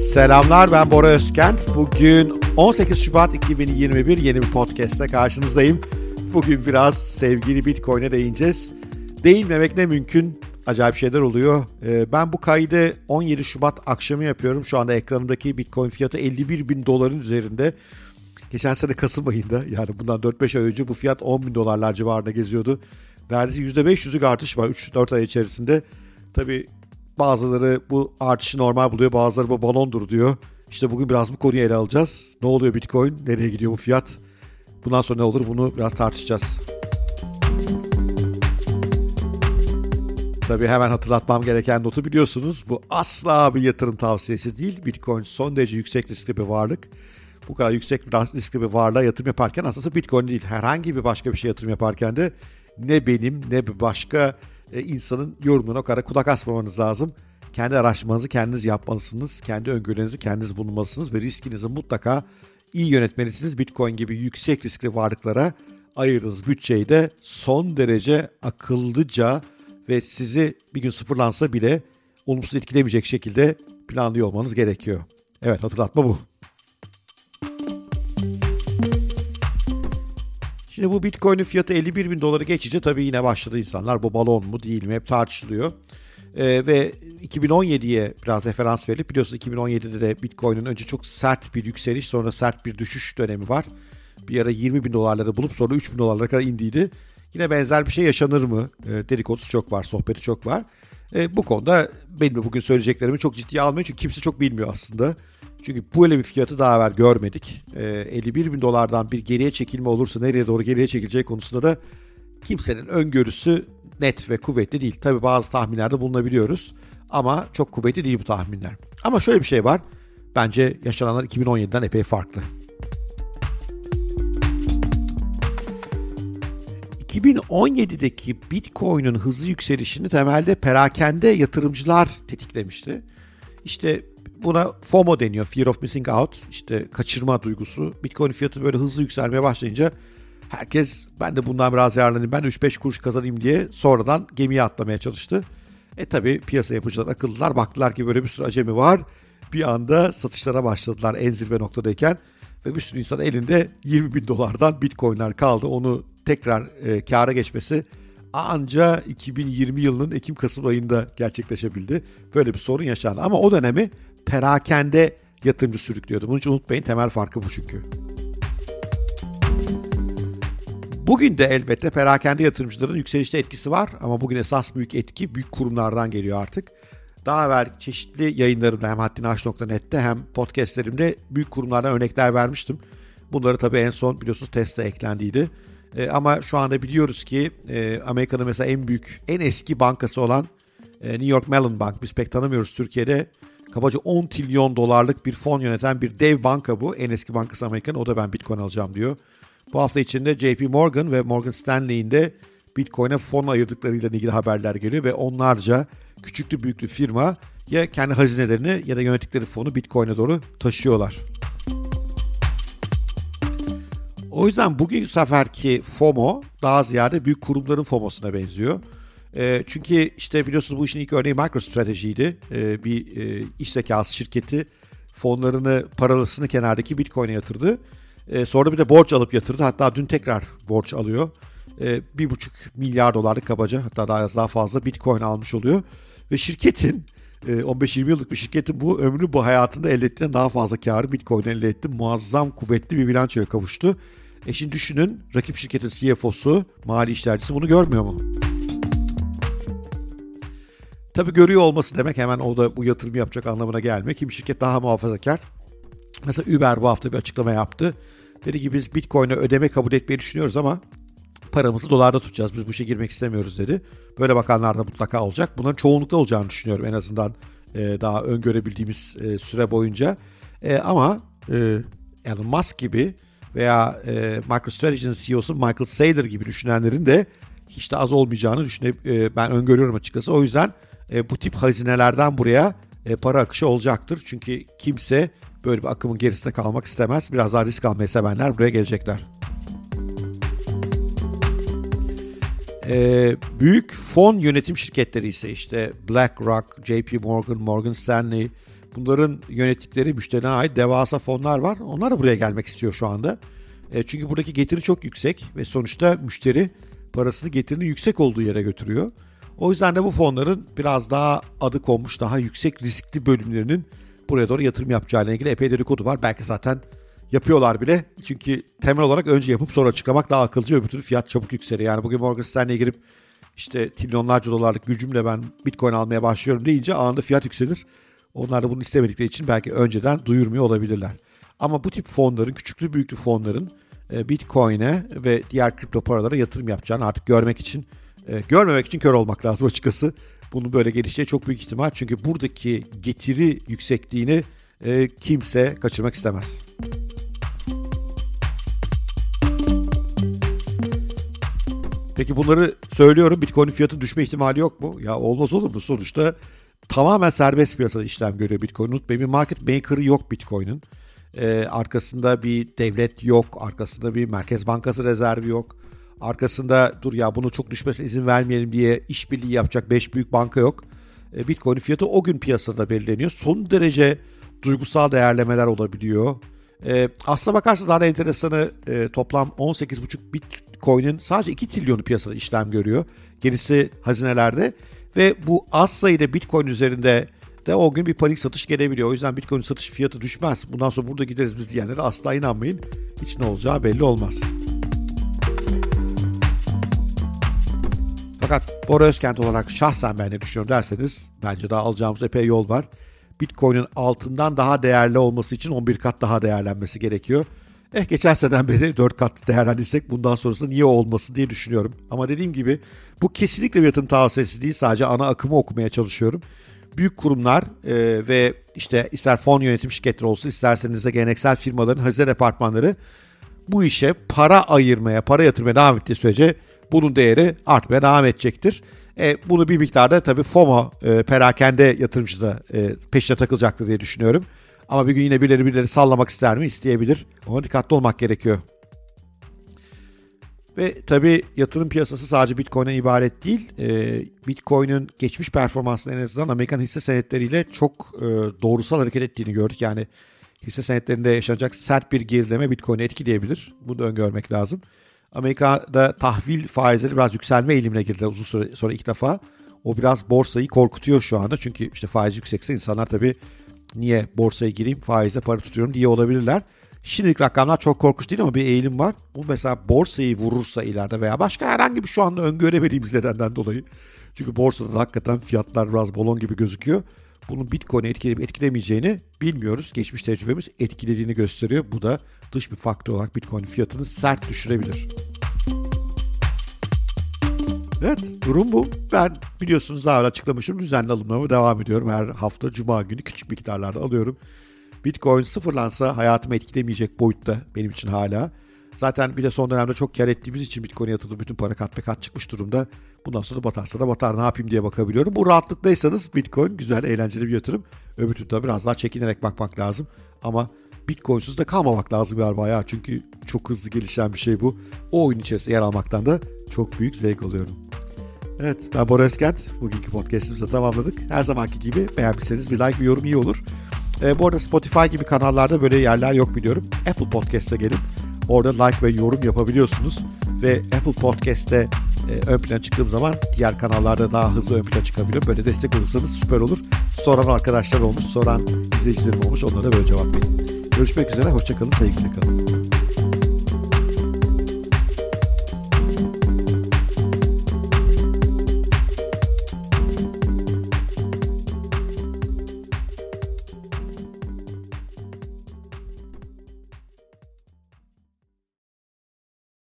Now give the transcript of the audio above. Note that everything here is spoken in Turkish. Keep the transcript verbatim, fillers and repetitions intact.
Selamlar, ben Bora Özkent. Bugün on sekiz Şubat iki bin yirmi bir yeni bir podcast'te karşınızdayım. Bugün biraz sevgili Bitcoin'e değineceğiz. Değinmemek ne mümkün, acayip şeyler oluyor. Ee, ben bu kaydı on yedi Şubat akşamı yapıyorum. Şu anda ekranımdaki Bitcoin fiyatı elli bir bin doların üzerinde. Geçen sene Kasım ayında, yani bundan dört beş ay önce bu fiyat on bin dolarlar civarında geziyordu. Neredeyse yüzde beş yüzlük artış var üç dört ay içerisinde. Tabii bazıları bu artışı normal buluyor, bazıları bu balondur diyor. İşte bugün biraz bu konuyu ele alacağız. Ne oluyor Bitcoin? Nereye gidiyor bu fiyat? Bundan sonra ne olur? Bunu biraz tartışacağız. Tabii hemen hatırlatmam gereken notu biliyorsunuz. Bu asla bir yatırım tavsiyesi değil. Bitcoin son derece yüksek riskli bir varlık. Bu kadar yüksek riskli bir varlığa yatırım yaparken aslında Bitcoin değil, herhangi bir başka bir şey yatırım yaparken de ne benim ne bir başka e, insanın yorumuna o kadar kulak asmamanız lazım. Kendi araştırmanızı kendiniz yapmalısınız. Kendi öngörülerinizi kendiniz bulmalısınız ve riskinizi mutlaka iyi yönetmelisiniz. Bitcoin gibi yüksek riskli varlıklara ayırdığınız bütçeyi de son derece akıllıca ve sizi bir gün sıfırlansa bile olumsuz etkilemeyecek şekilde planlıyor olmanız gerekiyor. Evet, hatırlatma bu. Şimdi bu Bitcoin'in fiyatı elli bir bin doları geçince tabii yine başladı insanlar. Bu balon mu değil mi hep tartışılıyor. Ee, ve iki bin on yediye biraz referans verip biliyorsunuz iki bin on yedide de Bitcoin'in önce çok sert bir yükseliş sonra sert bir düşüş dönemi var. Bir ara yirmi bin dolarları bulup sonra üç bin dolarlara kadar indiydi. Yine benzer bir şey yaşanır mı? E, dedikodusu çok var, sohbeti çok var. E, bu konuda benim de bugün söyleyeceklerimi çok ciddiye almayın çünkü kimse çok bilmiyor aslında. Çünkü böyle bir fiyatı daha evvel görmedik. E, elli bir bin dolardan bir geriye çekilme olursa nereye doğru geriye çekileceği konusunda da kimsenin öngörüsü net ve kuvvetli değil. Tabii bazı tahminlerde bulunabiliyoruz ama çok kuvvetli değil bu tahminler. Ama şöyle bir şey var. Bence yaşananlar iki bin on yediden epey farklı. iki bin on yedideki Bitcoin'in hızlı yükselişini temelde perakende yatırımcılar tetiklemişti. İşte buna FOMO deniyor, Fear of Missing Out, işte kaçırma duygusu. Bitcoin fiyatı böyle hızlı yükselmeye başlayınca herkes ben de bundan biraz yararlanayım, ben de üç beş kuruş kazanayım diye sonradan gemiye atlamaya çalıştı. E tabi piyasa yapıcılar akıllılar, baktılar ki böyle bir sürü acemi var. Bir anda satışlara başladılar en zirve noktadayken ve bir sürü insan elinde yirmi bin dolardan Bitcoin'ler kaldı. Onu tekrar e, kâra geçmesi anca iki bin yirmi yılının Ekim-Kasım ayında gerçekleşebildi. Böyle bir sorun yaşandı. Ama o dönemi perakende yatırımcı sürüklüyordu. Bunu hiç unutmayın, temel farkı bu çünkü. Bugün de elbette perakende yatırımcıların yükselişte etkisi var. Ama bugün esas büyük etki büyük kurumlardan geliyor artık. Daha evvel çeşitli yayınlarımda hem haddinaş nokta net'te hem podcastlerimde büyük kurumlardan örnekler vermiştim. Bunları tabii en son biliyorsunuz Tesla eklendiydi. E, ama şu anda biliyoruz ki e, Amerika'nın mesela en büyük, en eski bankası olan e, New York Mellon Bank, biz pek tanımıyoruz Türkiye'de. Kabaca on trilyon dolarlık bir fon yöneten bir dev banka bu. En eski bankası Amerika'nın, o da ben Bitcoin alacağım diyor. Bu hafta içinde J P Morgan ve Morgan Stanley'in de Bitcoin'e fon ayırdıklarıyla ilgili haberler geliyor ve onlarca küçüklü büyüklü firma ya kendi hazinelerini ya da yönettikleri fonu Bitcoin'e doğru taşıyorlar. O yüzden bugün seferki FOMO daha ziyade büyük kurumların FOMO'suna benziyor. E, çünkü işte biliyorsunuz bu işin ilk örneği MicroStrategy'ydi. E, bir e, iş zekası şirketi fonlarını, paralısını kenardaki Bitcoin'e yatırdı. E, sonra bir de borç alıp yatırdı. Hatta dün tekrar borç alıyor. E, bir buçuk milyar dolarlık kabaca, hatta daha az daha fazla Bitcoin almış oluyor. Ve şirketin e, on beş yirmi yıllık bir şirketin bu ömrü bu hayatında elde ettiğinden daha fazla karı Bitcoin elde etti. Muazzam kuvvetli bir bilançoya kavuştu. E şimdi düşünün, rakip şirketin C F O'su, mali işlercisi bunu görmüyor mu? Tabii görüyor olması demek hemen o da bu yatırım yapacak anlamına gelmiyor. Kimi şirket daha muhafazakar. Mesela Uber bu hafta bir açıklama yaptı. Dedi ki biz Bitcoin'e ödeme kabul etmeyi düşünüyoruz ama paramızı dolarda tutacağız. Biz bu işe girmek istemiyoruz dedi. Böyle bakanlar da mutlaka olacak. Bunların çoğunlukla olacağını düşünüyorum en azından e, daha öngörebildiğimiz e, süre boyunca. E, ama e, Elon Musk gibi veya e, MicroStrategy'nin C E O'su Michael Saylor gibi düşünenlerin de hiç de az olmayacağını düşünüp e, ben öngörüyorum açıkçası. O yüzden e, bu tip hazinelerden buraya e, para akışı olacaktır. Çünkü kimse böyle bir akımın gerisinde kalmak istemez. Biraz daha risk almayı sevenler buraya gelecekler. E, büyük fon yönetim şirketleri ise işte BlackRock, J P Morgan, Morgan Stanley, Bunların yönettikleri müşterilerine ait devasa fonlar var. Onlar da buraya gelmek istiyor şu anda. E, çünkü buradaki getiri çok yüksek ve sonuçta müşteri parasını getirinin yüksek olduğu yere götürüyor. O yüzden de bu fonların biraz daha adı konmuş, daha yüksek riskli bölümlerinin buraya doğru yatırım yapacağıyla ilgili epey dedikodu var. Belki zaten yapıyorlar bile. Çünkü temel olarak önce yapıp sonra açıklamak daha akılcı, öbür türlü fiyat çabuk yükselir. Yani bugün Morgan Stanley'e girip işte trilyonlarca dolarlık gücümle ben Bitcoin almaya başlıyorum deyince anında fiyat yükselir. Onlar da bunu istemedikleri için belki önceden duyurmuyor olabilirler. Ama bu tip fonların, küçüklü büyüklü fonların Bitcoin'e ve diğer kripto paralara yatırım yapacağını artık görmek için, görmemek için kör olmak lazım açıkçası. Bunun böyle gelişeceği çok büyük ihtimal. Çünkü buradaki getiri yüksekliğini kimse kaçırmak istemez. Peki bunları söylüyorum. Bitcoin'in fiyatı düşme ihtimali yok mu? Ya olmaz olur mu? Sonuçta tamamen serbest piyasada işlem görüyor Bitcoin. Unutmayın, bir market maker'ı yok Bitcoin'in. Ee, arkasında bir devlet yok. Arkasında bir merkez bankası rezervi yok. Arkasında dur ya bunu çok düşmesine izin vermeyelim diye işbirliği yapacak beş büyük banka yok. Ee, Bitcoin'in fiyatı o gün piyasada belirleniyor. Son derece duygusal değerlemeler olabiliyor. Ee, aslına bakarsanız daha da enteresanı e, toplam on sekiz buçuk Bitcoin'in sadece iki trilyonu piyasada işlem görüyor. Gerisi hazinelerde ve bu az sayıda Bitcoin üzerinde de o gün bir panik satış gelebiliyor. O yüzden Bitcoin satış fiyatı düşmez. Bundan sonra burada gideriz biz diyenlere asla inanmayın. Hiç ne olacağı belli olmaz. Fakat Bora Özkent olarak şahsen ben ne düşünüyorum derseniz bence daha alacağımız epey yol var. Bitcoin'in altından daha değerli olması için on bir kat daha değerlenmesi gerekiyor. Eh geçen seneden beri dört kat değerlendirsek bundan sonrası niye olmasın diye düşünüyorum. Ama dediğim gibi bu kesinlikle bir yatırım tavsiyesi değil. Sadece ana akımı okumaya çalışıyorum. Büyük kurumlar e, ve işte ister fon yönetim şirketleri olsun isterseniz de geleneksel firmaların hazine departmanları bu işe para ayırmaya, para yatırmaya devam ettiği sürece bunun değeri artmaya devam edecektir. E, bunu bir miktarda tabii FOMO, e, perakende yatırımcı da e, peşine takılacaktır diye düşünüyorum. Ama bir gün yine birileri birileri sallamak ister mi? İsteyebilir. Ama dikkatli olmak gerekiyor. Ve tabii yatırım piyasası sadece Bitcoin'e ibaret değil. E, Bitcoin'in geçmiş performansını en azından Amerikan hisse senetleriyle çok e, doğrusal hareket ettiğini gördük. Yani hisse senetlerinde yaşanacak sert bir gerileme Bitcoin'i etkileyebilir. Bunu da öngörmek lazım. Amerika'da tahvil faizleri biraz yükselme eğilimine girdiler uzun süre sonra ilk defa. O biraz borsayı korkutuyor şu anda. Çünkü işte faiz yüksekse insanlar tabii niye borsaya gireyim, faize para tutuyorum diye olabilirler. Şimdilik rakamlar çok korkunç değil ama bir eğilim var. Bu mesela borsayı vurursa ileride veya başka herhangi bir şu anda öngöremediğimiz nedenden dolayı. Çünkü borsada da hakikaten fiyatlar biraz balon gibi gözüküyor. Bunun Bitcoin'i etkileyip etkilemeyeceğini bilmiyoruz. Geçmiş tecrübemiz etkilediğini gösteriyor. Bu da dış bir faktör olarak Bitcoin fiyatını sert düşürebilir. Evet, durum bu. Ben biliyorsunuz daha önce açıklamışım. Düzenli alımlarıma devam ediyorum. Her hafta Cuma günü küçük miktarlarda alıyorum. Bitcoin sıfırlansa hayatımı etkilemeyecek boyutta benim için hala. Zaten bir de son dönemde çok kar ettiğimiz için Bitcoin'e yatırdığı bütün para kat be kat çıkmış durumda. Bundan sonra batarsa da batar, ne yapayım diye bakabiliyorum. Bu rahatlıktaysanız Bitcoin güzel, eğlenceli bir yatırım. Öbür türlü biraz daha çekinerek bakmak lazım. Ama Bitcoin'suz da kalmamak lazım galiba ya. Çünkü çok hızlı gelişen bir şey bu. O oyun içerisinde yer almaktan da çok büyük zevk alıyorum. Evet, ben Bora Özkent. Bugünkü podcast'imizi de tamamladık. Her zamanki gibi beğenmişseniz bir like, bir yorum iyi olur. Ee, bu arada Spotify gibi kanallarda böyle yerler yok biliyorum. Apple Podcast'a gelin. Orada like ve yorum yapabiliyorsunuz. Ve Apple Podcast'te e, ön plana çıktığım zaman diğer kanallarda daha hızlı ön plana çıkabilirim. Böyle destek olursanız süper olur. Soran arkadaşlar olmuş, soran izleyicilerim olmuş. Onlara böyle cevap verin. Görüşmek üzere, hoşça kalın, sevgiyle kalın.